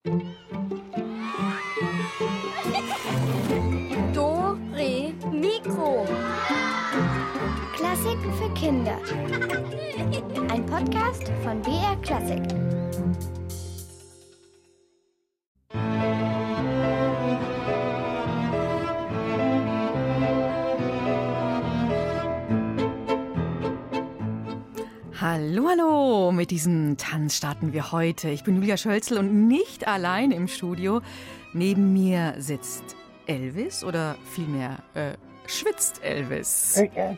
Do, Re, Mikro. Klassiken für Kinder. Ein Podcast von BR Klassik. Hallo, hallo! Mit diesem Tanz starten wir heute. Ich bin Julia Schölzel und nicht allein im Studio. Neben mir sitzt Elvis oder vielmehr schwitzt Elvis.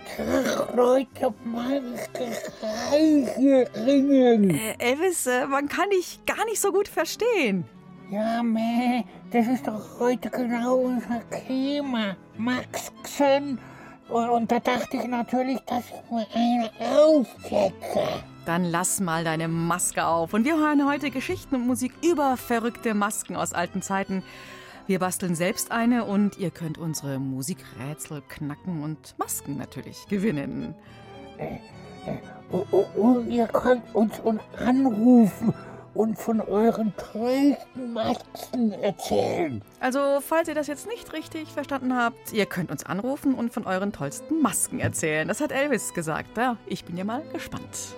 Elvis, man kann dich gar nicht so gut verstehen. Ja, das ist doch heute genau unser Thema. Maxen. Und da dachte ich natürlich, dass ich mir eine aufsetze. Dann lass mal deine Maske auf. Und wir hören heute Geschichten und Musik über verrückte Masken aus alten Zeiten. Wir basteln selbst eine und ihr könnt unsere Musikrätsel knacken und Masken natürlich gewinnen. Und ihr könnt uns anrufen und von euren tollsten Masken erzählen. Also, falls ihr das jetzt nicht richtig verstanden habt, ihr könnt uns anrufen und von euren tollsten Masken erzählen. Das hat Elvis gesagt. Ja, ich bin ja mal gespannt.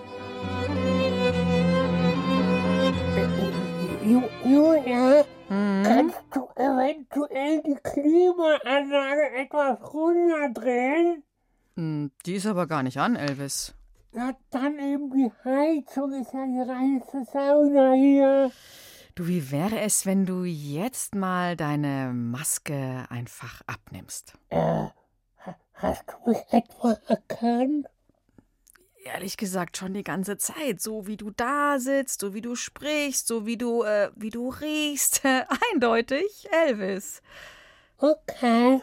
Julia, kannst du eventuell die Klimaanlage etwas runterdrehen? Die ist aber gar nicht an, Elvis. Ja, dann eben die Heizung ist ja die reinste Sauna hier. Du, wie wäre es, wenn du jetzt mal deine Maske einfach abnimmst? Hast du mich etwa erkannt? Ehrlich gesagt schon die ganze Zeit. So wie du da sitzt, so wie du sprichst, so wie du riechst. Eindeutig, Elvis. Okay.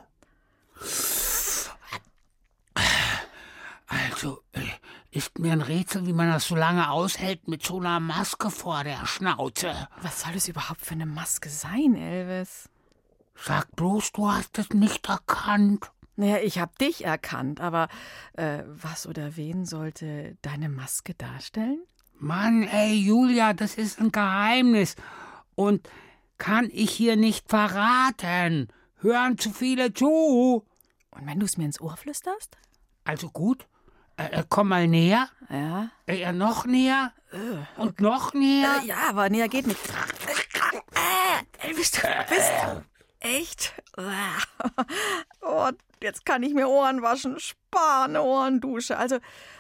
Also, ist mir ein Rätsel, wie man das so lange aushält mit so einer Maske vor der Schnauze. Was soll es überhaupt für eine Maske sein, Elvis? Sag bloß, du hast es nicht erkannt. Naja, ich hab dich erkannt, aber was oder wen sollte deine Maske darstellen? Mann, ey, Julia, das ist ein Geheimnis. Und kann ich hier nicht verraten. Hören zu viele zu. Und wenn du es mir ins Ohr flüsterst? Also gut. Komm mal näher. Ja. Noch näher. Und noch näher. Ja, aber näher geht nicht. Elvis, du bist echt. Oh, jetzt kann ich mir Ohren waschen. Spar eine Ohrendusche. Also,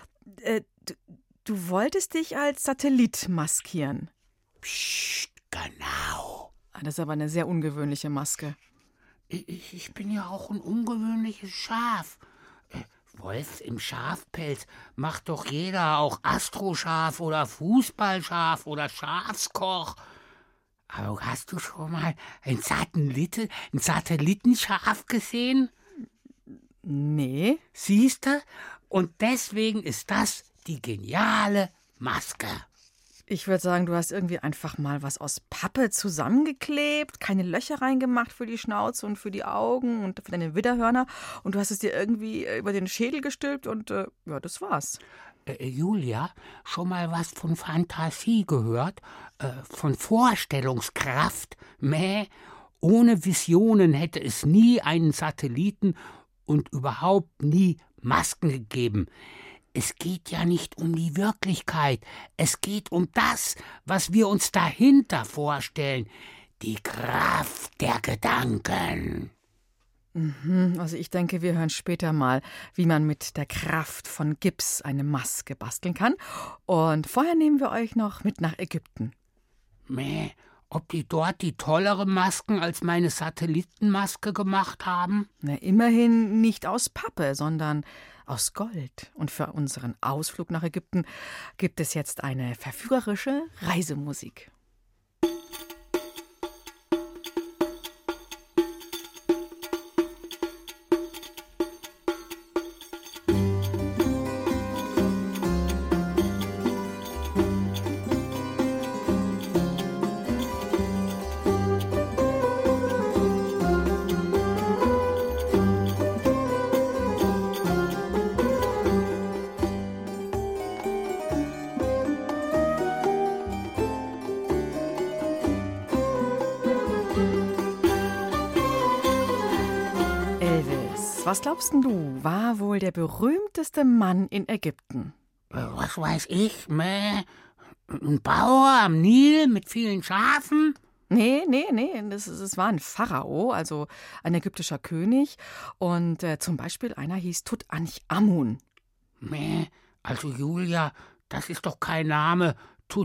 du wolltest dich als Satellit maskieren. Psst, genau. Das ist aber eine sehr ungewöhnliche Maske. Ich bin ja auch ein ungewöhnliches Schaf. Wolf im Schafpelz macht doch jeder, auch Astroschaf oder Fußballschaf oder Schafskoch. Aber hast du schon mal ein Satellitenschaf gesehen? Nee. Siehste? Und deswegen ist das die geniale Maske. Ich würde sagen, du hast irgendwie einfach mal was aus Pappe zusammengeklebt, keine Löcher reingemacht für die Schnauze und für die Augen und für deine Widderhörner und du hast es dir irgendwie über den Schädel gestülpt und ja, das war's. Julia, schon mal was von Fantasie gehört? Von Vorstellungskraft? Ohne Visionen hätte es nie einen Satelliten und überhaupt nie Masken gegeben. Es geht ja nicht um die Wirklichkeit, es geht um das, was wir uns dahinter vorstellen, die Kraft der Gedanken. Also ich denke, wir hören später mal, wie man mit der Kraft von Gips eine Maske basteln kann. Und vorher nehmen wir euch noch mit nach Ägypten. Ob die dort die tollere Masken als meine Satellitenmaske gemacht haben? Na, immerhin nicht aus Pappe, sondern aus Gold. Und für unseren Ausflug nach Ägypten gibt es jetzt eine verführerische Reisemusik. was glaubst denn du, war wohl der berühmteste Mann in Ägypten? Was weiß ich, ein Bauer am Nil mit vielen Schafen? Nee, es war ein Pharao, also ein ägyptischer König. Und zum Beispiel einer hieß Tutanchamun. Also Julia, das ist doch kein Name.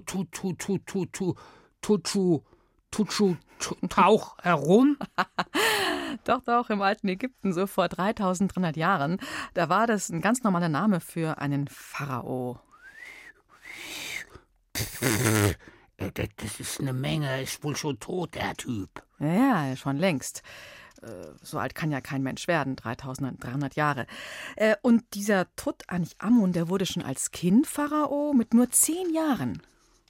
Tauch herum? Doch, im alten Ägypten, so vor 3300 Jahren. Da war das ein ganz normaler Name für einen Pharao. Das ist eine Menge, ist wohl schon tot, der Typ. Ja, schon längst. So alt kann ja kein Mensch werden, 3300 Jahre. Und dieser Tutanchamun, der wurde schon als Kind Pharao mit nur 10 Jahren.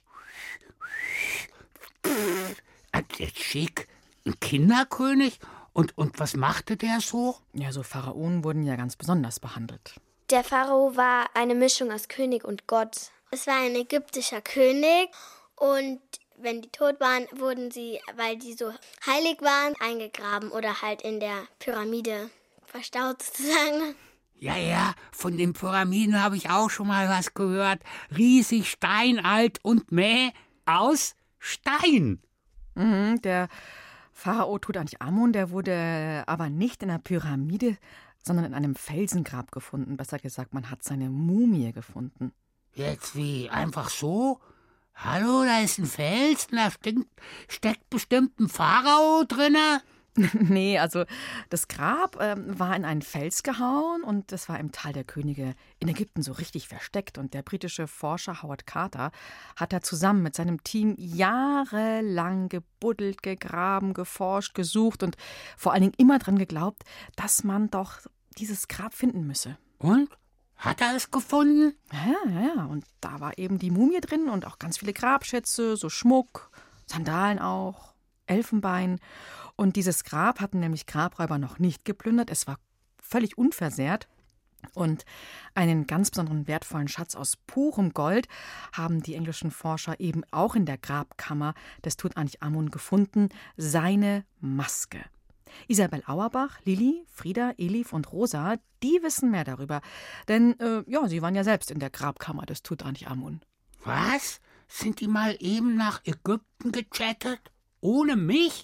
Schick, ein Kinderkönig? Und was machte der so? Ja, so Pharaonen wurden ja ganz besonders behandelt. Der Pharao war eine Mischung aus König und Gott. Es war ein ägyptischer König und wenn die tot waren, wurden sie, weil die so heilig waren, eingegraben oder halt in der Pyramide verstaut sozusagen. Ja, von den Pyramiden habe ich auch schon mal was gehört. Riesig, steinalt und aus Stein. Der Pharao Tutanchamun, der wurde aber nicht in einer Pyramide, sondern in einem Felsengrab gefunden. Besser gesagt, man hat seine Mumie gefunden. Jetzt wie? Einfach so? Hallo, da ist ein Felsen, da steckt bestimmt ein Pharao drinne? Nee, also das Grab war in einen Fels gehauen und das war im Tal der Könige in Ägypten so richtig versteckt. Und der britische Forscher Howard Carter hat da zusammen mit seinem Team jahrelang gebuddelt, gegraben, geforscht, gesucht und vor allen Dingen immer dran geglaubt, dass man doch dieses Grab finden müsse. Und? Hat er es gefunden? Ja. Und da war eben die Mumie drin und auch ganz viele Grabschätze, so Schmuck, Sandalen auch, Elfenbein. Und dieses Grab hatten nämlich Grabräuber noch nicht geplündert. Es war völlig unversehrt. Und einen ganz besonderen wertvollen Schatz aus purem Gold haben die englischen Forscher eben auch in der Grabkammer des Tutanchamun gefunden, seine Maske. Isabel Auerbach, Lilli, Frieda, Elif und Rosa, die wissen mehr darüber. Denn, sie waren ja selbst in der Grabkammer des Tutanchamun. Was? Sind die mal eben nach Ägypten gechattet? Ohne mich?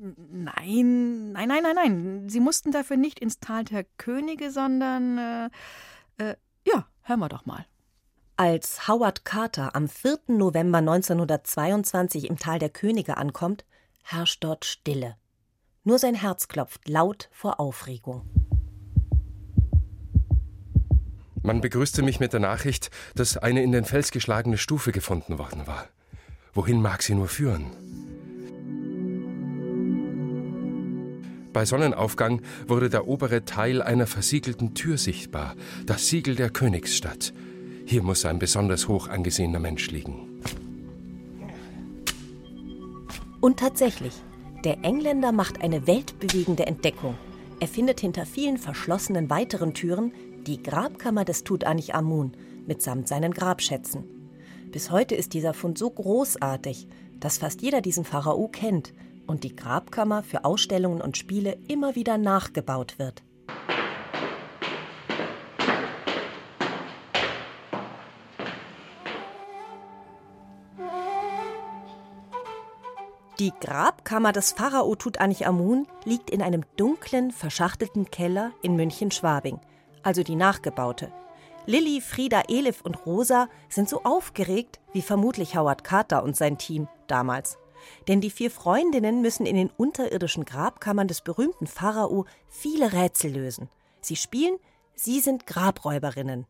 Nein. Sie mussten dafür nicht ins Tal der Könige, sondern, hören wir doch mal. Als Howard Carter am 4. November 1922 im Tal der Könige ankommt, herrscht dort Stille. Nur sein Herz klopft laut vor Aufregung. Man begrüßte mich mit der Nachricht, dass eine in den Fels geschlagene Stufe gefunden worden war. Wohin mag sie nur führen? Bei Sonnenaufgang wurde der obere Teil einer versiegelten Tür sichtbar, das Siegel der Königsstadt. Hier muss ein besonders hoch angesehener Mensch liegen. Und tatsächlich, der Engländer macht eine weltbewegende Entdeckung. Er findet hinter vielen verschlossenen weiteren Türen die Grabkammer des Tutanchamun mitsamt seinen Grabschätzen. Bis heute ist dieser Fund so großartig, dass fast jeder diesen Pharao kennt und die Grabkammer für Ausstellungen und Spiele immer wieder nachgebaut wird. Die Grabkammer des Pharao Tutanchamun liegt in einem dunklen, verschachtelten Keller in München-Schwabing, also die nachgebaute. Lilli, Frieda, Elif und Rosa sind so aufgeregt wie vermutlich Howard Carter und sein Team damals. Denn die 4 Freundinnen müssen in den unterirdischen Grabkammern des berühmten Pharao viele Rätsel lösen. Sie spielen, sie sind Grabräuberinnen.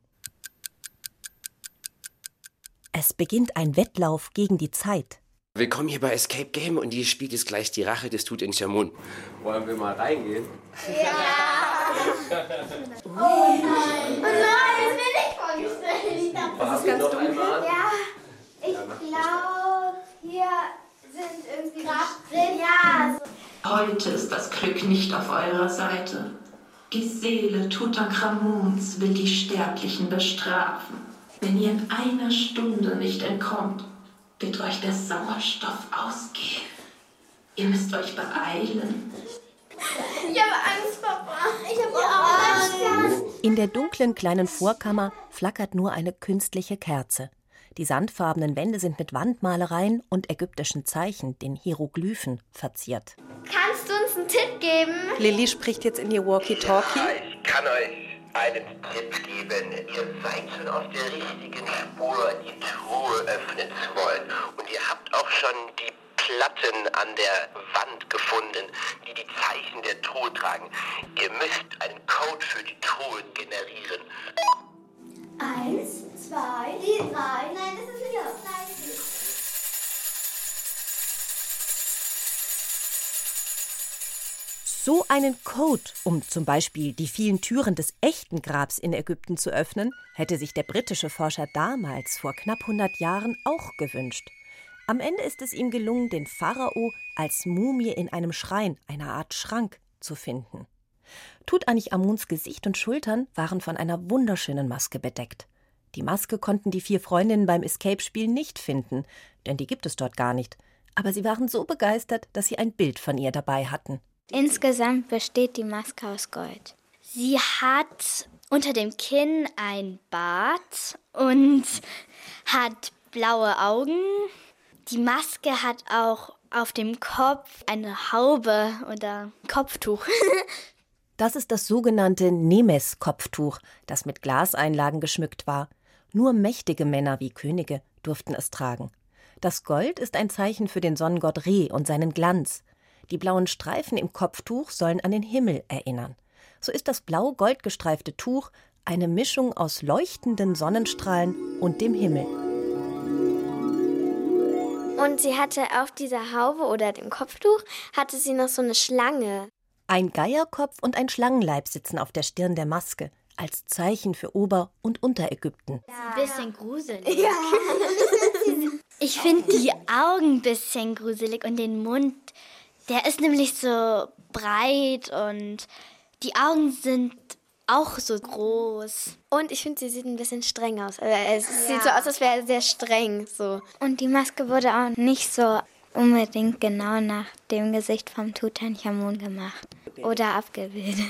Es beginnt ein Wettlauf gegen die Zeit. Willkommen hier bei Escape Game und hier spielt jetzt gleich die Rache des Tutanchamun. Wollen wir mal reingehen? Ja! Oh nein, das bin ich vorgestellt. Das ist ganz dunkel. Ja, ich glaube, hier sind irgendwie drin. Ja. Heute ist das Glück nicht auf eurer Seite. Die Seele Tutanchamuns will die Sterblichen bestrafen. Wenn ihr in einer Stunde nicht entkommt, wird euch der Sauerstoff ausgehen. Ihr müsst euch beeilen. Ich habe Angst, Papa. Ich habe auch Angst. In der dunklen kleinen Vorkammer flackert nur eine künstliche Kerze. Die sandfarbenen Wände sind mit Wandmalereien und ägyptischen Zeichen, den Hieroglyphen, verziert. Kannst du uns einen Tipp geben? Lilly spricht jetzt in ihr Walkie-Talkie. Ja, ich kann euch einen Tipp geben. Ihr seid schon auf der richtigen Spur, die Truhe öffnen zu wollen. Und ihr habt auch schon die Platten an der Wand gefunden, die die Zeichen der Truhe tragen. Ihr müsst einen Code für die Truhe generieren. 1, 2, 3. Nein, das ist hier. So einen Code, um zum Beispiel die vielen Türen des echten Grabs in Ägypten zu öffnen, hätte sich der britische Forscher damals, vor knapp 100 Jahren, auch gewünscht. Am Ende ist es ihm gelungen, den Pharao als Mumie in einem Schrein, einer Art Schrank, zu finden. Tutanchamuns Gesicht und Schultern waren von einer wunderschönen Maske bedeckt. Die Maske konnten die 4 Freundinnen beim Escape-Spiel nicht finden, denn die gibt es dort gar nicht. Aber sie waren so begeistert, dass sie ein Bild von ihr dabei hatten. Insgesamt besteht die Maske aus Gold. Sie hat unter dem Kinn ein Bart und hat blaue Augen. Die Maske hat auch auf dem Kopf eine Haube oder Kopftuch. Das ist das sogenannte Nemes-Kopftuch, das mit Glaseinlagen geschmückt war. Nur mächtige Männer wie Könige durften es tragen. Das Gold ist ein Zeichen für den Sonnengott Re und seinen Glanz. Die blauen Streifen im Kopftuch sollen an den Himmel erinnern. So ist das blau-gold gestreifte Tuch eine Mischung aus leuchtenden Sonnenstrahlen und dem Himmel. Und sie hatte auf dieser Haube oder dem Kopftuch, hatte sie noch so eine Schlange. Ein Geierkopf und ein Schlangenleib sitzen auf der Stirn der Maske, als Zeichen für Ober- und Unterägypten. Ein bisschen gruselig. Ja. Ich finde die Augen ein bisschen gruselig und den Mund, der ist nämlich so breit und die Augen sind auch so groß. Und ich finde, sie sieht ein bisschen streng aus. Also es sieht so aus, als wäre er sehr streng. So. Und die Maske wurde auch nicht so unbedingt genau nach dem Gesicht vom Tutanchamun gemacht oder abgebildet.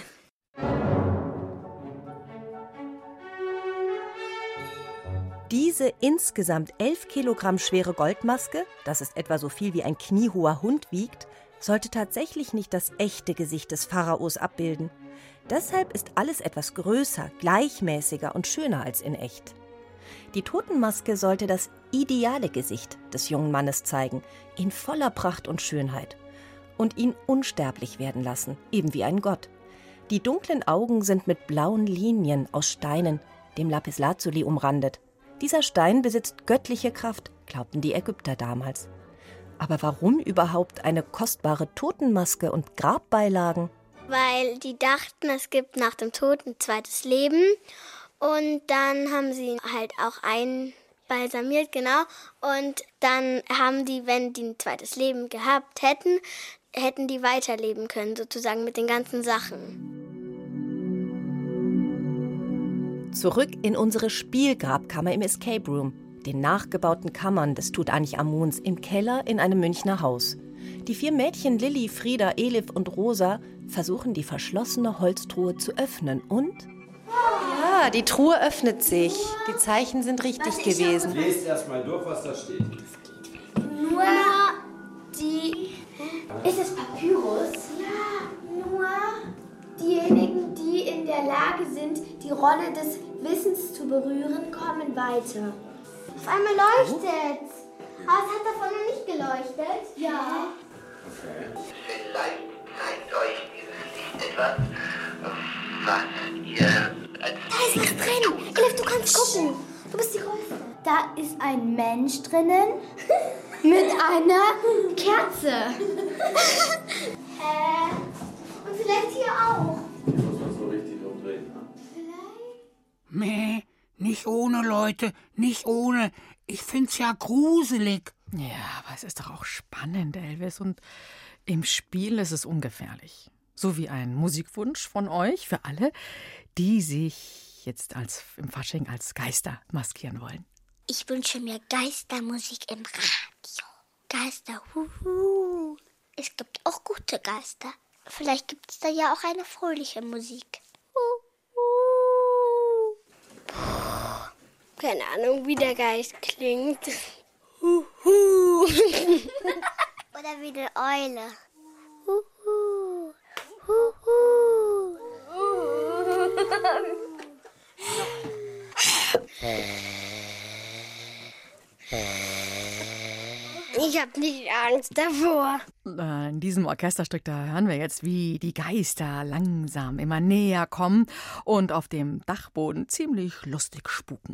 Diese insgesamt 11 Kilogramm schwere Goldmaske, das ist etwa so viel wie ein kniehoher Hund wiegt, sollte tatsächlich nicht das echte Gesicht des Pharaos abbilden. Deshalb ist alles etwas größer, gleichmäßiger und schöner als in echt. Die Totenmaske sollte das ideale Gesicht des jungen Mannes zeigen, in voller Pracht und Schönheit. Und ihn unsterblich werden lassen, eben wie ein Gott. Die dunklen Augen sind mit blauen Linien aus Steinen, dem Lapislazuli, umrandet. Dieser Stein besitzt göttliche Kraft, glaubten die Ägypter damals. Aber warum überhaupt eine kostbare Totenmaske und Grabbeilagen? Weil die dachten, es gibt nach dem Tod ein zweites Leben. Und dann haben sie ihn halt auch einbalsamiert, genau. Und dann haben die, wenn die ein zweites Leben gehabt hätten, hätten die weiterleben können, sozusagen mit den ganzen Sachen. Zurück in unsere Spielgrabkammer im Escape Room, den nachgebauten Kammern des Tutanchamuns im Keller in einem Münchner Haus. Die 4 Mädchen Lilly, Frieda, Elif und Rosa versuchen, die verschlossene Holztruhe zu öffnen und... Ja, die Truhe öffnet sich. Die Zeichen sind richtig gewesen. Lest erst mal durch, was da steht. Nur die... Ist es Papyrus? Ja, nur diejenigen, die in der Lage sind, die Rolle des Wissens zu berühren, kommen weiter. Auf einmal leuchtet's. Aber es hat davon noch nicht geleuchtet. Ja. Okay. Vielleicht zeigt euch dieses Licht etwas, was ihr als... Da ist was drin. Elif, du kannst gucken. Du bist die Größte. Da ist ein Mensch drinnen mit einer Kerze. Und vielleicht hier auch. Hier muss man so richtig umdrehen. Meh, nicht ohne, Leute, nicht ohne. Ich find's ja gruselig. Ja, aber es ist doch auch spannend, Elvis. Und im Spiel ist es ungefährlich. So wie ein Musikwunsch von euch für alle, die sich jetzt im Fasching als Geister maskieren wollen. Ich wünsche mir Geistermusik im Radio. Geister, huhu. Es gibt auch gute Geister. Vielleicht gibt es da ja auch eine fröhliche Musik. Keine Ahnung, wie der Geist klingt. Oder wie eine Eule. Ich habe nicht Angst davor. In diesem Orchesterstück, da hören wir jetzt, wie die Geister langsam immer näher kommen und auf dem Dachboden ziemlich lustig spuken.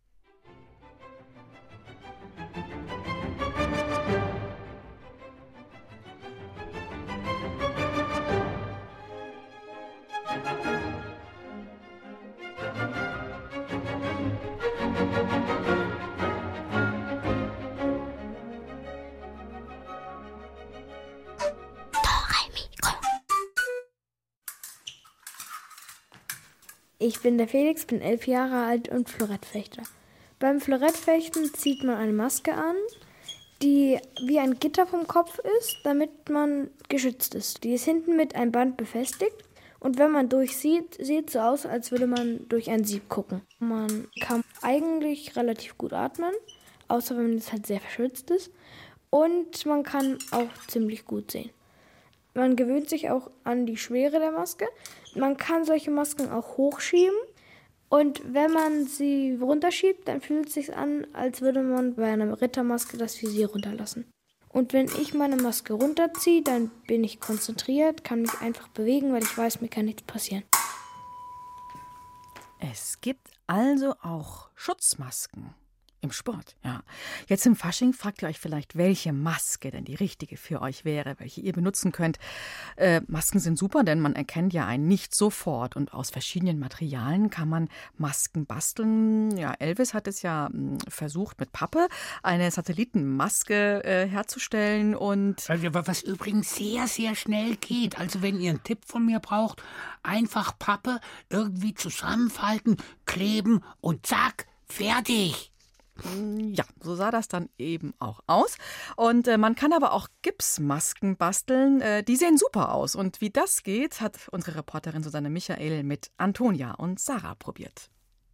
Ich bin der Felix, bin 11 Jahre alt und Florettfechter. Beim Florettfechten zieht man eine Maske an, die wie ein Gitter vom Kopf ist, damit man geschützt ist. Die ist hinten mit einem Band befestigt und wenn man durchsieht, sieht es so aus, als würde man durch ein Sieb gucken. Man kann eigentlich relativ gut atmen, außer wenn es halt sehr verschwitzt ist. Und man kann auch ziemlich gut sehen. Man gewöhnt sich auch an die Schwere der Maske. Man kann solche Masken auch hochschieben. Und wenn man sie runterschiebt, dann fühlt es sich an, als würde man bei einer Rittermaske das Visier runterlassen. Und wenn ich meine Maske runterziehe, dann bin ich konzentriert, kann mich einfach bewegen, weil ich weiß, mir kann nichts passieren. Es gibt also auch Schutzmasken. Im Sport, ja. Jetzt im Fasching fragt ihr euch vielleicht, welche Maske denn die richtige für euch wäre, welche ihr benutzen könnt. Masken sind super, denn man erkennt ja einen nicht sofort. Und aus verschiedenen Materialien kann man Masken basteln. Ja, Elvis hat es ja versucht, mit Pappe eine Satellitenmaske herzustellen. Und was übrigens sehr, sehr schnell geht. Also wenn ihr einen Tipp von mir braucht, einfach Pappe irgendwie zusammenfalten, kleben und zack, fertig. Ja, so sah das dann eben auch aus. Und man kann aber auch Gipsmasken basteln. Die sehen super aus. Und wie das geht, hat unsere Reporterin Susanne Michael mit Antonia und Sarah probiert.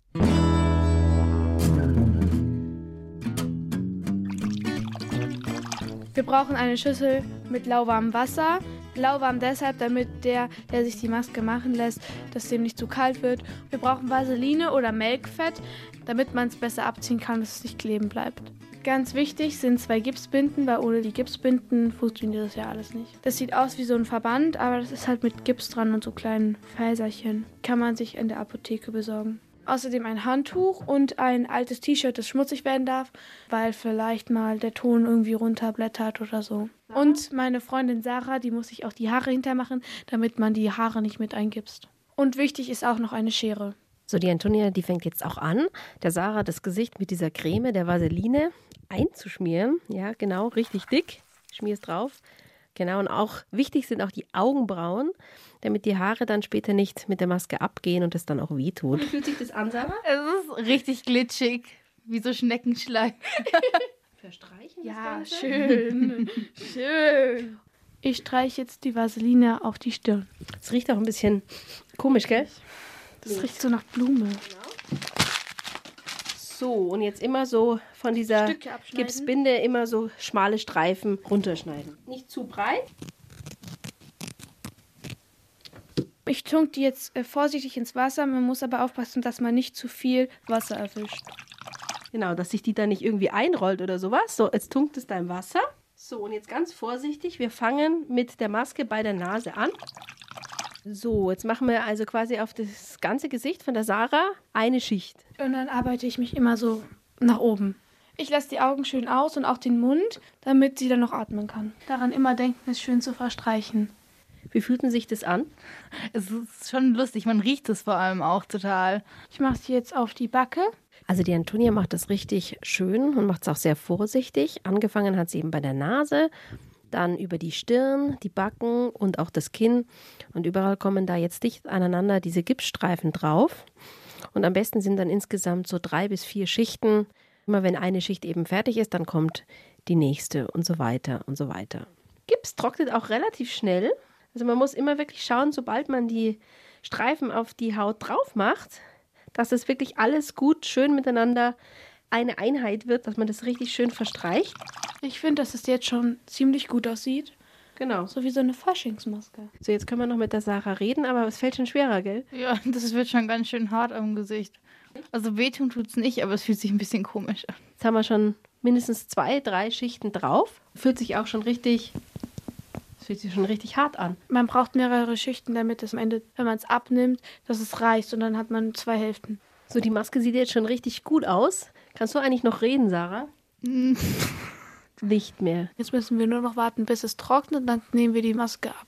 Wir brauchen eine Schüssel mit lauwarmem Wasser. Lauwarm deshalb, damit der sich die Maske machen lässt, dass dem nicht zu kalt wird. Wir brauchen Vaseline oder Melkfett, damit man es besser abziehen kann, dass es nicht kleben bleibt. Ganz wichtig sind 2 Gipsbinden, weil ohne die Gipsbinden funktioniert das ja alles nicht. Das sieht aus wie so ein Verband, aber das ist halt mit Gips dran und so kleinen Fäserchen. Kann man sich in der Apotheke besorgen. Außerdem ein Handtuch und ein altes T-Shirt, das schmutzig werden darf, weil vielleicht mal der Ton irgendwie runterblättert oder so. Und meine Freundin Sarah, die muss sich auch die Haare hintermachen, damit man die Haare nicht mit eingipst. Und wichtig ist auch noch eine Schere. So, die Antonia, die fängt jetzt auch an, der Sarah das Gesicht mit dieser Creme, der Vaseline, einzuschmieren. Ja, genau, richtig dick. Schmier es drauf. Genau, und auch wichtig sind auch die Augenbrauen, damit die Haare dann später nicht mit der Maske abgehen und es dann auch wehtut. Wie fühlt sich das an, Sarah? Es ist richtig glitschig, wie so Schneckenschleim. Verstreichen das Ganze? Schön, schön. Ich streiche jetzt die Vaseline auf die Stirn. Es riecht auch ein bisschen komisch, gell? Das riecht so nach Blume. Genau. So, und jetzt immer so von dieser Gipsbinde immer so schmale Streifen runterschneiden. Nicht zu breit. Ich tunke die jetzt vorsichtig ins Wasser. Man muss aber aufpassen, dass man nicht zu viel Wasser erwischt. Genau, dass sich die dann nicht irgendwie einrollt oder sowas. So, jetzt tunkt es da im Wasser. So, und jetzt ganz vorsichtig. Wir fangen mit der Maske bei der Nase an. So, jetzt machen wir also quasi auf das ganze Gesicht von der Sarah eine Schicht. Und dann arbeite ich mich immer so nach oben. Ich lasse die Augen schön aus und auch den Mund, damit sie dann noch atmen kann. Daran immer denken, es schön zu verstreichen. Wie fühlt sich das an? Es ist schon lustig, man riecht es vor allem auch total. Ich mache sie jetzt auf die Backe. Also die Antonia macht das richtig schön und macht es auch sehr vorsichtig. Angefangen hat sie eben bei der Nase, dann über die Stirn, die Backen und auch das Kinn. Und überall kommen da jetzt dicht aneinander diese Gipsstreifen drauf. Und am besten sind dann insgesamt so 3 bis 4 Schichten. Immer wenn eine Schicht eben fertig ist, dann kommt die nächste und so weiter und so weiter. Gips trocknet auch relativ schnell. Also man muss immer wirklich schauen, sobald man die Streifen auf die Haut drauf macht, dass es wirklich alles gut, schön miteinander eine Einheit wird, dass man das richtig schön verstreicht. Ich finde, dass es jetzt schon ziemlich gut aussieht. Genau. So wie so eine Faschingsmaske. So, jetzt können wir noch mit der Sarah reden, aber es fällt schon schwerer, gell? Ja, das wird schon ganz schön hart am Gesicht. Also wehtun tut's nicht, aber es fühlt sich ein bisschen komisch an. Jetzt haben wir schon mindestens 2, 3 Schichten drauf. Fühlt sich schon richtig hart an. Man braucht mehrere Schichten, damit es am Ende, wenn man es abnimmt, dass es reicht und dann hat man 2 Hälften. So, die Maske sieht jetzt schon richtig gut aus. Kannst du eigentlich noch reden, Sarah? Nicht mehr. Jetzt müssen wir nur noch warten, bis es trocknet, dann nehmen wir die Maske ab.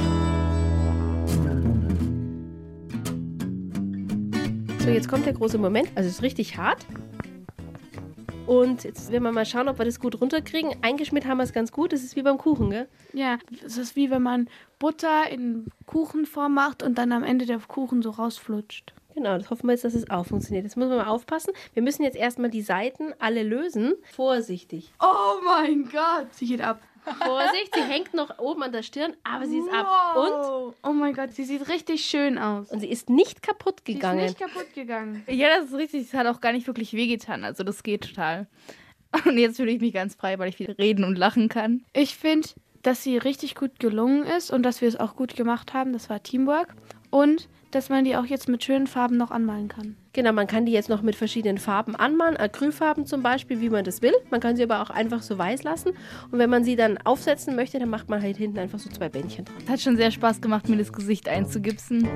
So, jetzt kommt der große Moment. Also es ist richtig hart. Und jetzt werden wir mal schauen, ob wir das gut runterkriegen. Eingeschmiert haben wir es ganz gut. Das ist wie beim Kuchen, gell? Ja, es ist wie wenn man Butter in Kuchenform macht und dann am Ende der Kuchen so rausflutscht. Genau, das hoffen wir jetzt, dass es auch funktioniert. Jetzt müssen wir mal aufpassen. Wir müssen jetzt erstmal die Seiten alle lösen. Vorsichtig. Oh mein Gott, sie geht ab. Vorsicht, sie hängt noch oben an der Stirn, aber sie ist ab. Und? Oh mein Gott, sie sieht richtig schön aus. Und sie ist nicht kaputt gegangen. Sie ist nicht kaputt gegangen. Ja, das ist richtig. Es hat auch gar nicht wirklich wehgetan. Also das geht total. Und jetzt fühle ich mich ganz frei, weil ich wieder reden und lachen kann. Ich finde, dass sie richtig gut gelungen ist und dass wir es auch gut gemacht haben. Das war Teamwork. Und dass man die auch jetzt mit schönen Farben noch anmalen kann. Genau, man kann die jetzt noch mit verschiedenen Farben anmalen, Acrylfarben zum Beispiel, wie man das will. Man kann sie aber auch einfach so weiß lassen. Und wenn man sie dann aufsetzen möchte, dann macht man halt hinten einfach so 2 Bändchen dran. Es hat schon sehr Spaß gemacht, mir das Gesicht einzugipsen.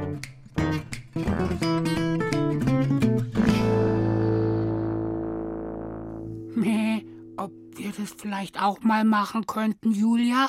Ob wir das vielleicht auch mal machen könnten, Julia?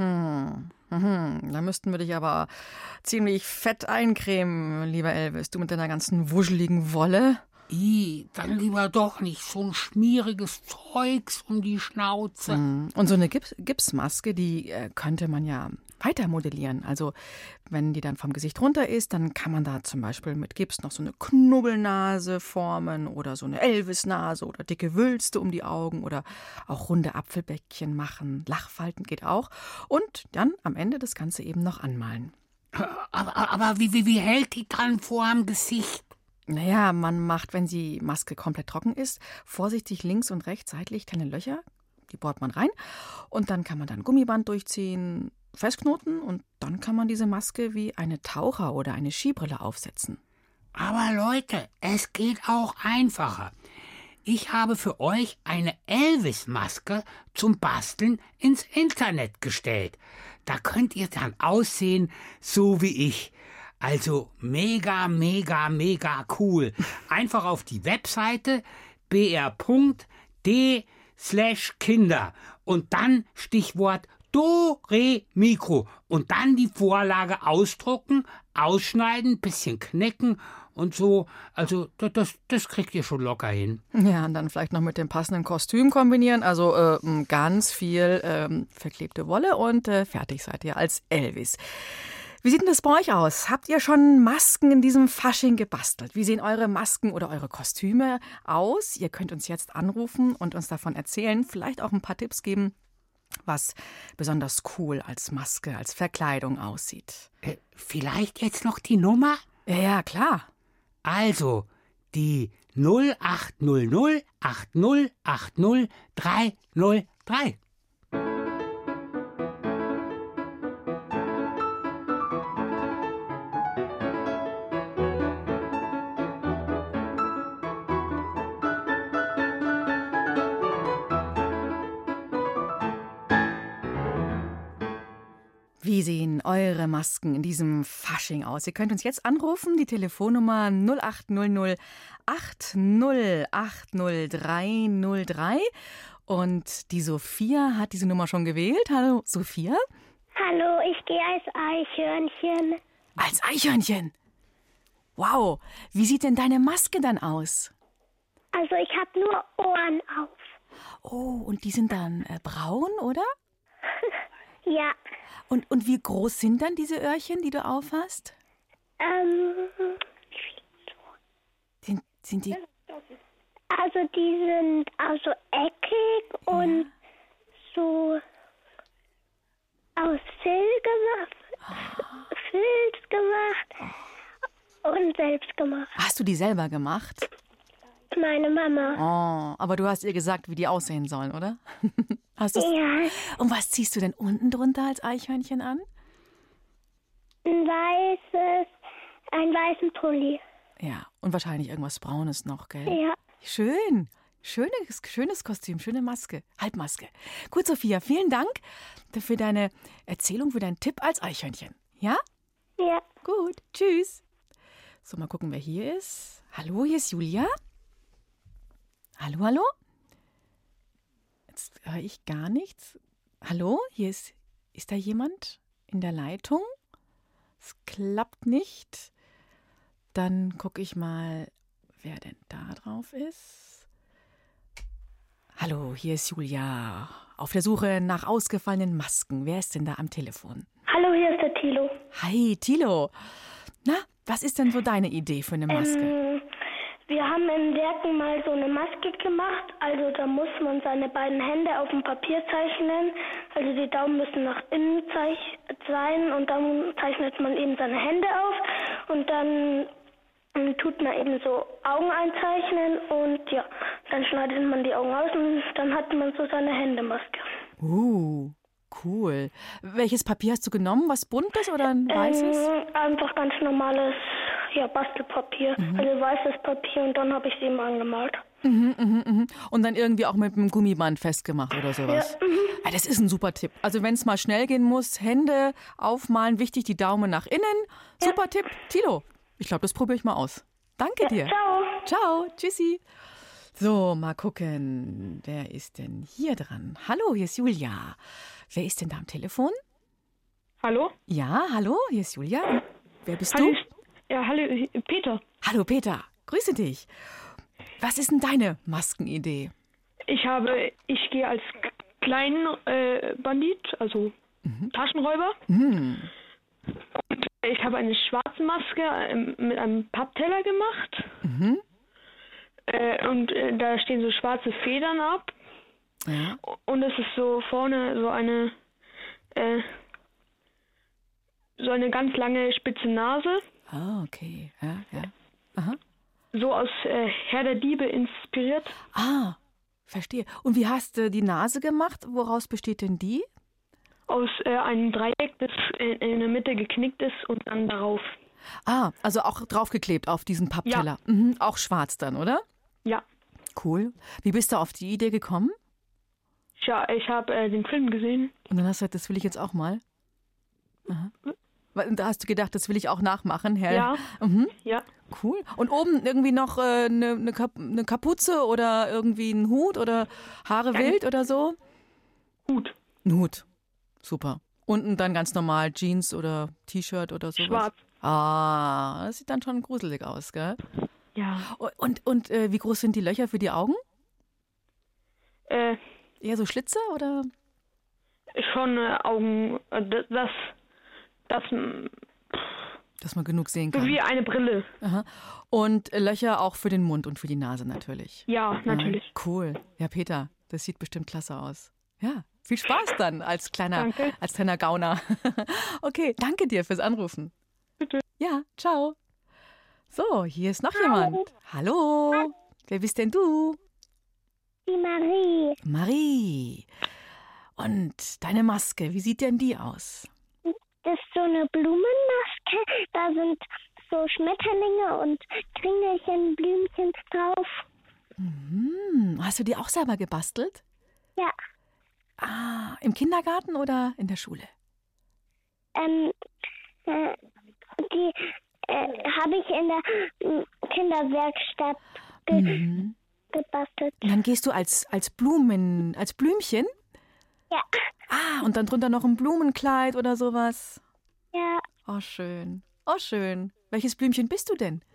Da müssten wir dich aber ziemlich fett eincremen, lieber Elvis. Du mit deiner ganzen wuscheligen Wolle. Dann lieber doch nicht so ein schmieriges Zeugs um die Schnauze. Und so eine Gipsmaske, die könnte man ja weiter modellieren. Also wenn die dann vom Gesicht runter ist, dann kann man da zum Beispiel mit Gips noch so eine Knubbelnase formen oder so eine Elvis-Nase oder dicke Wülste um die Augen oder auch runde Apfelbäckchen machen. Lachfalten geht auch. Und dann am Ende das Ganze eben noch anmalen. Aber wie hält die dann vorm Gesicht? Naja, man macht, wenn die Maske komplett trocken ist, vorsichtig links und rechts seitlich kleine Löcher. Die bohrt man rein und dann kann man dann Gummiband durchziehen, festknoten und dann kann man diese Maske wie eine Taucher- oder eine Skibrille aufsetzen. Aber Leute, es geht auch einfacher. Ich habe für euch eine Elvis-Maske zum Basteln ins Internet gestellt. Da könnt ihr dann aussehen, so wie ich. Also mega, mega, mega cool. Einfach auf die Webseite br.d/Kinder und dann Stichwort Do-Re-Mikro und dann die Vorlage ausdrucken, ausschneiden, bisschen knicken und so. Also das kriegt ihr schon locker hin. Ja, und dann vielleicht noch mit dem passenden Kostüm kombinieren. Also ganz viel verklebte Wolle und fertig seid ihr als Elvis. Wie sieht denn das bei euch aus? Habt ihr schon Masken in diesem Fasching gebastelt? Wie sehen eure Masken oder eure Kostüme aus? Ihr könnt uns jetzt anrufen und uns davon erzählen, vielleicht auch ein paar Tipps geben, was besonders cool als Maske, als Verkleidung aussieht. Vielleicht jetzt noch die Nummer? Ja, klar. Also, die 0800 80 80 303. Wie sehen eure Masken in diesem Fasching aus? Ihr könnt uns jetzt anrufen, die Telefonnummer 0800 80 80 303. Und die Sophia hat diese Nummer schon gewählt. Hallo, Sophia. Hallo, ich gehe als Eichhörnchen. Als Eichhörnchen? Wow, wie sieht denn deine Maske dann aus? Also ich habe nur Ohren auf. Oh, und die sind dann braun, oder? Ja. Und wie groß sind dann diese Öhrchen, die du aufhast? Sind die... Also die sind also eckig und so aus Fell gemacht. selbst gemacht. Hast du die selber gemacht? Meine Mama. Oh, aber du hast ihr gesagt, wie die aussehen sollen, oder? Hast du's? Ja. Und was ziehst du denn unten drunter als Eichhörnchen an? Einen weißen Pulli. Ja, und wahrscheinlich irgendwas Braunes noch, gell? Ja. Schön. Schönes Kostüm, schöne Maske. Halbmaske. Gut, Sophia, vielen Dank für deine Erzählung, für deinen Tipp als Eichhörnchen. Ja? Ja. Gut, tschüss. So, mal gucken, wer hier ist. Hallo, hier ist Julia. Hallo, hallo? Jetzt höre ich gar nichts. Hallo, ist da jemand in der Leitung? Es klappt nicht. Dann gucke ich mal, wer denn da drauf ist. Hallo, hier ist Julia. Auf der Suche nach ausgefallenen Masken. Wer ist denn da am Telefon? Hallo, hier ist der Thilo. Hi, Thilo. Na, was ist denn so deine Idee für eine Maske? Wir haben in Werken mal so eine Maske gemacht. Also da muss man seine beiden Hände auf dem Papier zeichnen. Also die Daumen müssen nach innen sein und dann zeichnet man eben seine Hände auf. Und dann tut man eben so Augen einzeichnen und ja, dann schneidet man die Augen aus und dann hat man so seine Händemaske. Cool. Welches Papier hast du genommen? Was Buntes oder ein weißes? Einfach ganz normales Bastelpapier. Also weißes Papier und dann habe ich es eben angemalt. Und dann irgendwie auch mit einem Gummiband festgemacht oder sowas. Ja, das ist ein super Tipp. Also wenn es mal schnell gehen muss, Hände aufmalen, wichtig, die Daumen nach innen. Super Tipp. Thilo, ich glaube, das probiere ich mal aus. Danke dir. Ciao. Ciao. Tschüssi. So, mal gucken. Wer ist denn hier dran? Hallo, hier ist Julia. Wer ist denn da am Telefon? Hallo? Ja, hallo, hier ist Julia. Wer bist du? Hallo, Peter. Hallo, Peter. Grüße dich. Was ist denn deine Maskenidee? Ich gehe als kleinen Bandit, also Taschenräuber. Ich habe eine schwarze Maske mit einem Pappteller gemacht. Und da stehen so schwarze Federn ab. Ja. Und es ist so vorne so eine ganz lange spitze Nase. Ah, okay. Ja. Aha. So aus Herr der Diebe inspiriert. Ah, verstehe. Und wie hast du die Nase gemacht? Woraus besteht denn die? Aus einem Dreieck, das in der Mitte geknickt ist und dann darauf. Ah, also auch draufgeklebt auf diesen Pappteller. Ja. Auch schwarz dann, oder? Ja. Cool. Wie bist du auf die Idee gekommen? Ja, ich habe den Film gesehen. Und dann hast du gesagt, das will ich jetzt auch mal? Aha. Da hast du gedacht, das will ich auch nachmachen, Herr? Ja. Ja. Cool. Und oben irgendwie noch eine Kapuze oder irgendwie ein Hut oder Haare wild oder so? Hut. Ein Hut. Super. Unten dann ganz normal Jeans oder T-Shirt oder sowas? Schwarz. Ah, das sieht dann schon gruselig aus, gell? Ja. Und wie groß sind die Löcher für die Augen? Eher so Schlitze oder? Schon Augen, dass man genug sehen kann. Wie eine Brille. Aha. Und Löcher auch für den Mund und für die Nase natürlich. Ja, natürlich. Cool. Ja, Peter, das sieht bestimmt klasse aus. Ja, viel Spaß dann als kleiner Gauner. Okay, danke dir fürs Anrufen. Bitte. Ja, ciao. So, hier ist noch jemand. Hallo. Wer bist denn du? Die Marie. Marie. Und deine Maske, wie sieht denn die aus? Das ist so eine Blumenmaske. Da sind so Schmetterlinge und Kringelchen, Blümchen drauf. Hast du die auch selber gebastelt? Ja. Ah, im Kindergarten oder in der Schule? Die habe ich in der Kinderwerkstatt gebastelt. Und dann gehst du als Blümchen? Ja. Ah, und dann drunter noch ein Blumenkleid oder sowas? Ja. Oh, schön. Oh, schön. Welches Blümchen bist du denn?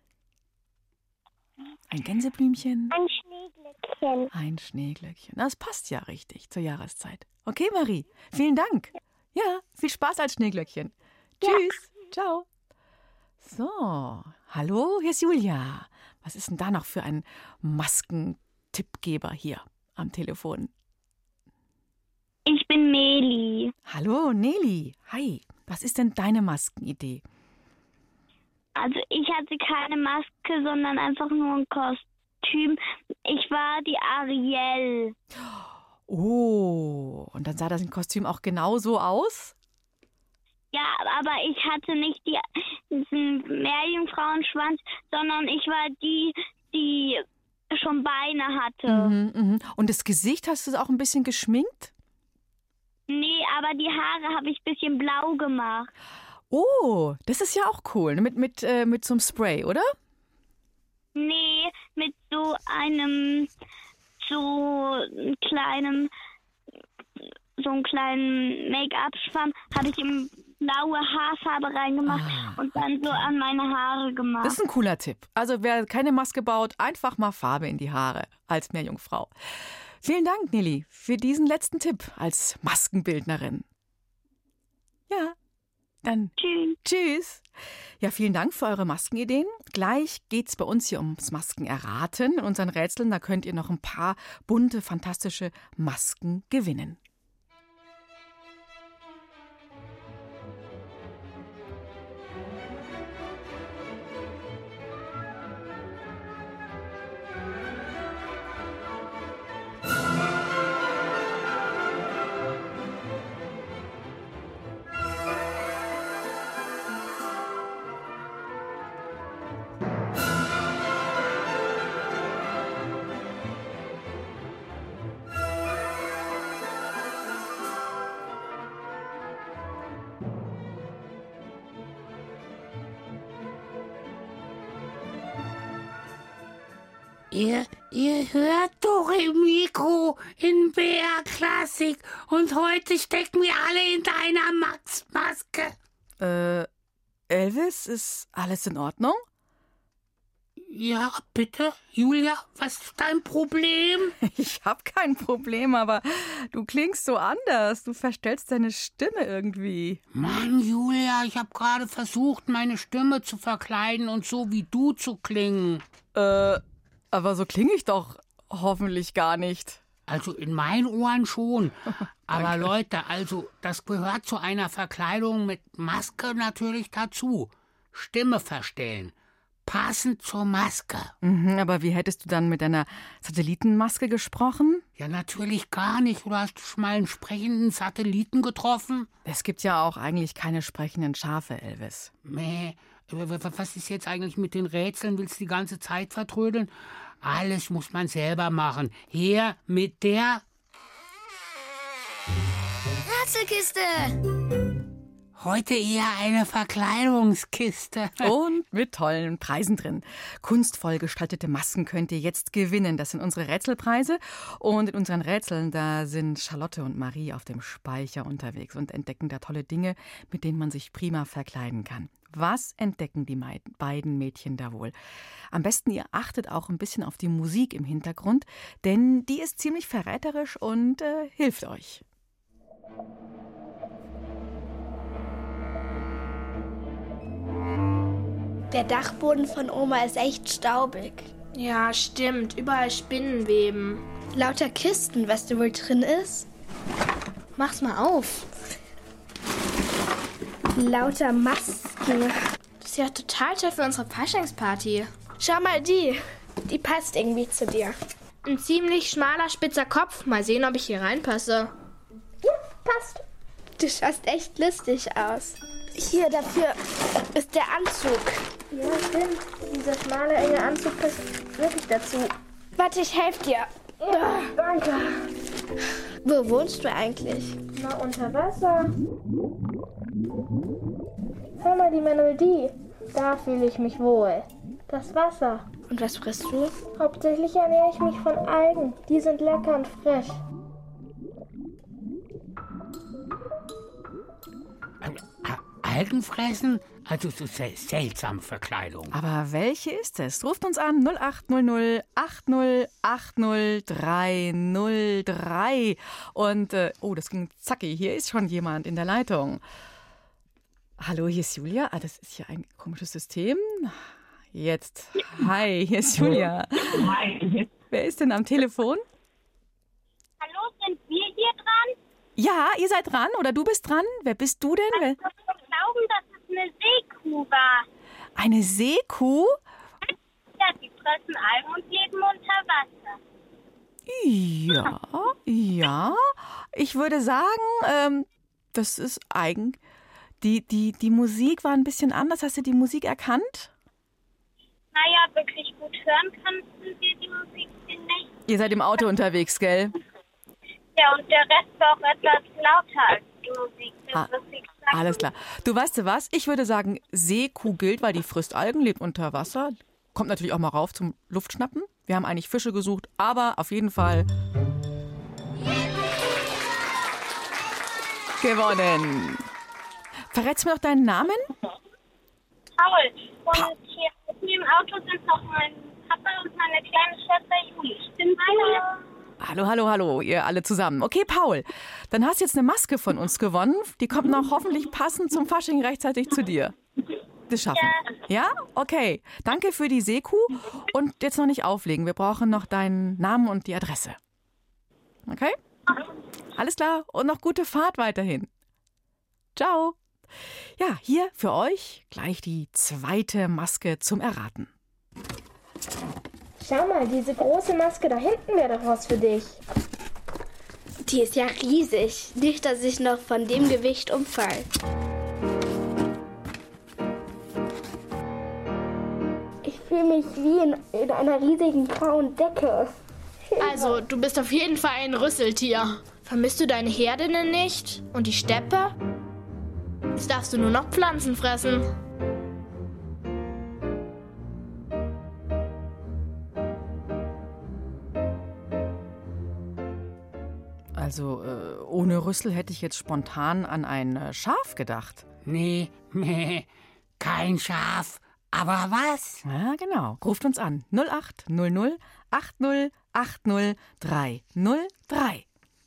Ein Gänseblümchen? Ein Schneeglöckchen. Ein Schneeglöckchen. Das passt ja richtig zur Jahreszeit. Okay, Marie, vielen Dank. Ja, viel Spaß als Schneeglöckchen. Ja. Tschüss. Ciao. So, hallo, hier ist Julia. Was ist denn da noch für ein Maskentippgeber hier am Telefon? Ich bin Meli. Hallo, Nelly. Hi. Was ist denn deine Maskenidee? Also ich hatte keine Maske, sondern einfach nur ein Kostüm. Ich war die Ariel. Oh, und dann sah das Kostüm auch genau so aus? Ja, aber ich hatte nicht diesen Meerjungfrauenschwanz, sondern ich war die schon Beine hatte. Und das Gesicht hast du auch ein bisschen geschminkt? Nee, aber die Haare habe ich ein bisschen blau gemacht. Oh, das ist ja auch cool. Mit so einem Spray, oder? Nee, mit so einem kleinen Make-up-Schwamm habe ich ihm blaue Haarfarbe reingemacht und dann so an meine Haare gemacht. Das ist ein cooler Tipp. Also wer keine Maske baut, einfach mal Farbe in die Haare als Meerjungfrau. Vielen Dank, Nelly, für diesen letzten Tipp als Maskenbildnerin. Ja, dann tschüss. Ja, vielen Dank für eure Maskenideen. Gleich geht's bei uns hier ums Maskenerraten in unseren Rätseln. Da könnt ihr noch ein paar bunte, fantastische Masken gewinnen. Ihr hört doch im Mikro in BR Klassik und heute stecken wir alle in deiner Maske. Elvis, ist alles in Ordnung? Ja, bitte, Julia, was ist dein Problem? Ich hab kein Problem, aber du klingst so anders. Du verstellst deine Stimme irgendwie. Mann, Julia, ich habe gerade versucht, meine Stimme zu verkleiden und so wie du zu klingen. Aber so klinge ich doch hoffentlich gar nicht. Also in meinen Ohren schon. Aber Leute, also das gehört zu einer Verkleidung mit Maske natürlich dazu. Stimme verstellen. Passend zur Maske. Aber wie hättest du dann mit deiner Satellitenmaske gesprochen? Ja, natürlich gar nicht. Oder hast du schon mal einen sprechenden Satelliten getroffen? Es gibt ja auch eigentlich keine sprechenden Schafe, Elvis. Was ist jetzt eigentlich mit den Rätseln? Willst du die ganze Zeit vertrödeln? Alles muss man selber machen. Hier mit der Rätselkiste. Heute eher eine Verkleidungskiste. Und mit tollen Preisen drin. Kunstvoll gestaltete Masken könnt ihr jetzt gewinnen. Das sind unsere Rätselpreise. Und in unseren Rätseln, da sind Charlotte und Marie auf dem Speicher unterwegs und entdecken da tolle Dinge, mit denen man sich prima verkleiden kann. Was entdecken die beiden Mädchen da wohl? Am besten ihr achtet auch ein bisschen auf die Musik im Hintergrund, denn die ist ziemlich verräterisch und hilft euch. Der Dachboden von Oma ist echt staubig. Ja, stimmt. Überall Spinnenweben. Lauter Kisten, weißt du, wo drin ist? Mach's mal auf. Lauter Masken. Das ist ja total toll für unsere Faschingsparty. Schau mal die. Die passt irgendwie zu dir. Ein ziemlich schmaler, spitzer Kopf. Mal sehen, ob ich hier reinpasse. Ja, passt. Du schaust echt lustig aus. Hier, dafür ist der Anzug. Ja, stimmt. Dieser schmale, enge Anzug passt wirklich dazu. Warte, ich helfe dir. Ja, danke. Wo wohnst du eigentlich? Na, unter Wasser. Hör mal die Melodie. Da fühle ich mich wohl. Das Wasser. Und was frisst du? Hauptsächlich ernähre ich mich von Algen. Die sind lecker und frisch. Algen fressen? Also so seltsame Verkleidung. Aber welche ist es? Ruft uns an 0800 80 303. Und, das ging zacki. Hier ist schon jemand in der Leitung. Hallo, hier ist Julia. Das ist ja ein komisches System. Jetzt. Hi, hier ist Julia. Hi. Wer ist denn am Telefon? Hallo, sind wir hier dran? Ja, ihr seid dran oder du bist dran. Wer bist du denn? Ich glauben, dass es eine Seekuh war. Eine Seekuh? Ja, die fressen Algen und leben unter Wasser. Ja. Ich würde sagen, das ist die Musik war ein bisschen anders. Hast du die Musik erkannt? Naja, wirklich gut hören kannten wir die Musik nicht. Ihr seid im Auto unterwegs, gell? Ja, und der Rest war auch etwas lauter als die Musik. Alles klar. Du weißt du was? Ich würde sagen, Seekuh gilt, weil die frisst Algen, lebt unter Wasser. Kommt natürlich auch mal rauf zum Luftschnappen. Wir haben eigentlich Fische gesucht, aber auf jeden Fall gewonnen. Verrätst du mir noch deinen Namen? Paul. Und hier mit mir im Auto sind noch mein Papa und meine kleine Schwester Juli. Stimmt, Hallo, ihr alle zusammen. Okay, Paul, dann hast du jetzt eine Maske von uns gewonnen. Die kommt noch hoffentlich passend zum Fasching rechtzeitig zu dir. Das schaffen. Ja? Okay. Danke für die Seekuh. Und jetzt noch nicht auflegen. Wir brauchen noch deinen Namen und die Adresse. Okay? Alles klar. Und noch gute Fahrt weiterhin. Ciao. Ja, hier für euch gleich die zweite Maske zum Erraten. Schau mal, diese große Maske da hinten wäre doch was für dich. Die ist ja riesig. Nicht, dass ich noch von dem Gewicht umfall. Ich fühle mich wie in einer riesigen grauen Decke. Also, du bist auf jeden Fall ein Rüsseltier. Vermisst du deine Herdinnen nicht? Und die Steppe? Jetzt darfst du nur noch Pflanzen fressen. Also, ohne Rüssel hätte ich jetzt spontan an ein Schaf gedacht. Nee, kein Schaf. Aber was? Ja, genau. Ruft uns an. 0800 80 80 303.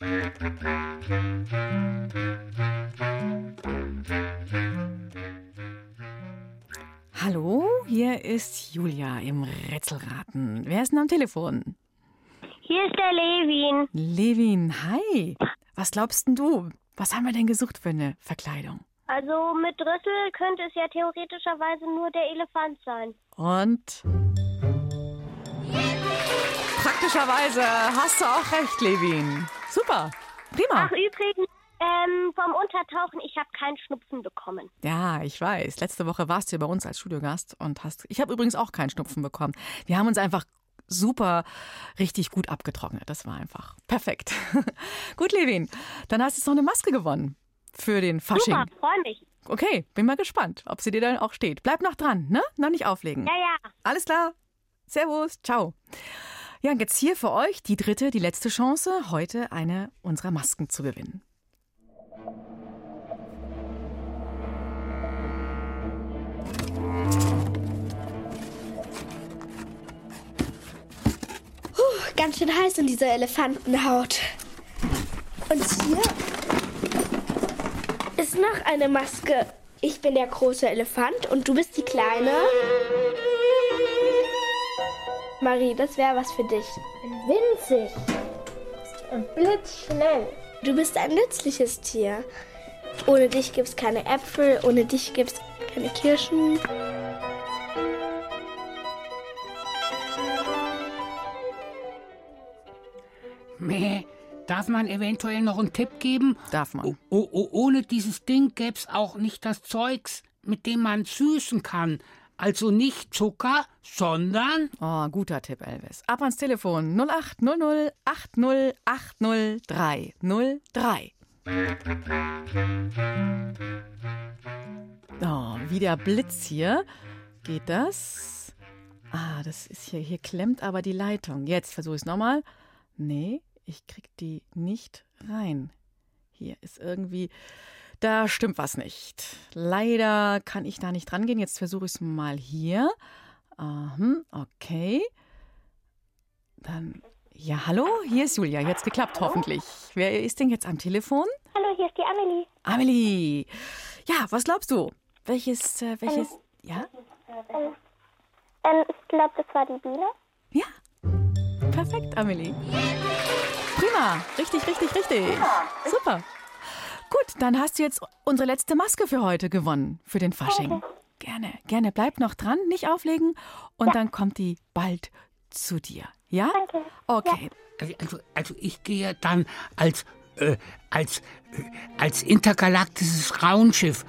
Hallo, hier ist Julia im Rätselraten. Wer ist denn am Telefon? Hier ist der Levin. Levin, hi. Was glaubst denn du? Was haben wir denn gesucht für eine Verkleidung? Also mit Rüssel könnte es ja theoretischerweise nur der Elefant sein. Und? Praktischerweise hast du auch recht, Levin. Super, prima. Ach, übrigens, vom Untertauchen, ich habe keinen Schnupfen bekommen. Ja, ich weiß. Letzte Woche warst du bei uns als Studiogast und ich habe übrigens auch keinen Schnupfen bekommen. Wir haben uns einfach richtig gut abgetrocknet. Das war einfach perfekt. Gut, Levin, dann hast du jetzt noch eine Maske gewonnen für den Fasching. Super, freue mich. Okay, bin mal gespannt, ob sie dir dann auch steht. Bleib noch dran, ne? Noch nicht auflegen. Ja. Alles klar. Servus, ciao. Ja, und jetzt hier für euch die letzte Chance, heute eine unserer Masken zu gewinnen. Ganz schön heiß in dieser Elefantenhaut. Und hier ist noch eine Maske. Ich bin der große Elefant und du bist die kleine. Marie, das wäre was für dich. Winzig und blitzschnell. Du bist ein nützliches Tier. Ohne dich gibt's keine Äpfel, ohne dich gibt's keine Kirschen. Darf man eventuell noch einen Tipp geben? Darf man. Ohne dieses Ding gäbe es auch nicht das Zeugs, mit dem man süßen kann. Also nicht Zucker, sondern... Oh, guter Tipp, Elvis. Ab ans Telefon 0800 80 80 303. Oh, wie der Blitz hier. Geht das? Ah, das ist hier klemmt aber die Leitung. Jetzt versuche ich es nochmal. Nee, ich krieg die nicht rein. Hier ist irgendwie... Da stimmt was nicht. Leider kann ich da nicht rangehen. Jetzt versuche ich es mal hier. Okay. Dann, ja, hallo, hier ist Julia. Jetzt geklappt, hoffentlich. Wer ist denn jetzt am Telefon? Hallo, hier ist die Amelie. Amelie. Ja, was glaubst du? Welches, ja? Ich glaube, das war die Biene. Ja, perfekt, Amelie. Prima, richtig. Super. Gut, dann hast du jetzt unsere letzte Maske für heute gewonnen, für den Fasching. Gerne. Bleib noch dran, nicht auflegen und dann kommt die bald zu dir. Ja? Danke. Okay. Also ich gehe dann als intergalaktisches Raumschiff.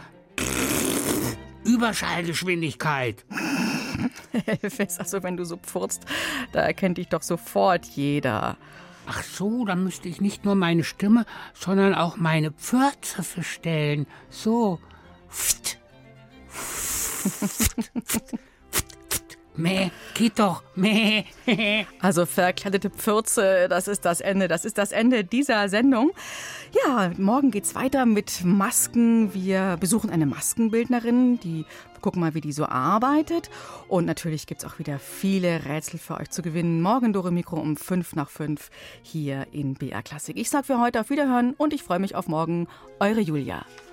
Überschallgeschwindigkeit. Elvis, also wenn du so pfurzt, da erkennt dich doch sofort jeder. Ach so, dann müsste ich nicht nur meine Stimme, sondern auch meine Pfürze verstellen. So. Meh, geht doch, meh. Also verkleidete Pfürze, das ist das Ende dieser Sendung. Ja, morgen geht's weiter mit Masken. Wir besuchen eine Maskenbildnerin, die gucken mal, wie die so arbeitet. Und natürlich gibt's auch wieder viele Rätsel für euch zu gewinnen. Morgen Dore Mikro um 5:05 hier in BR Klassik. Ich sag für heute auf Wiederhören und ich freue mich auf morgen. Eure Julia.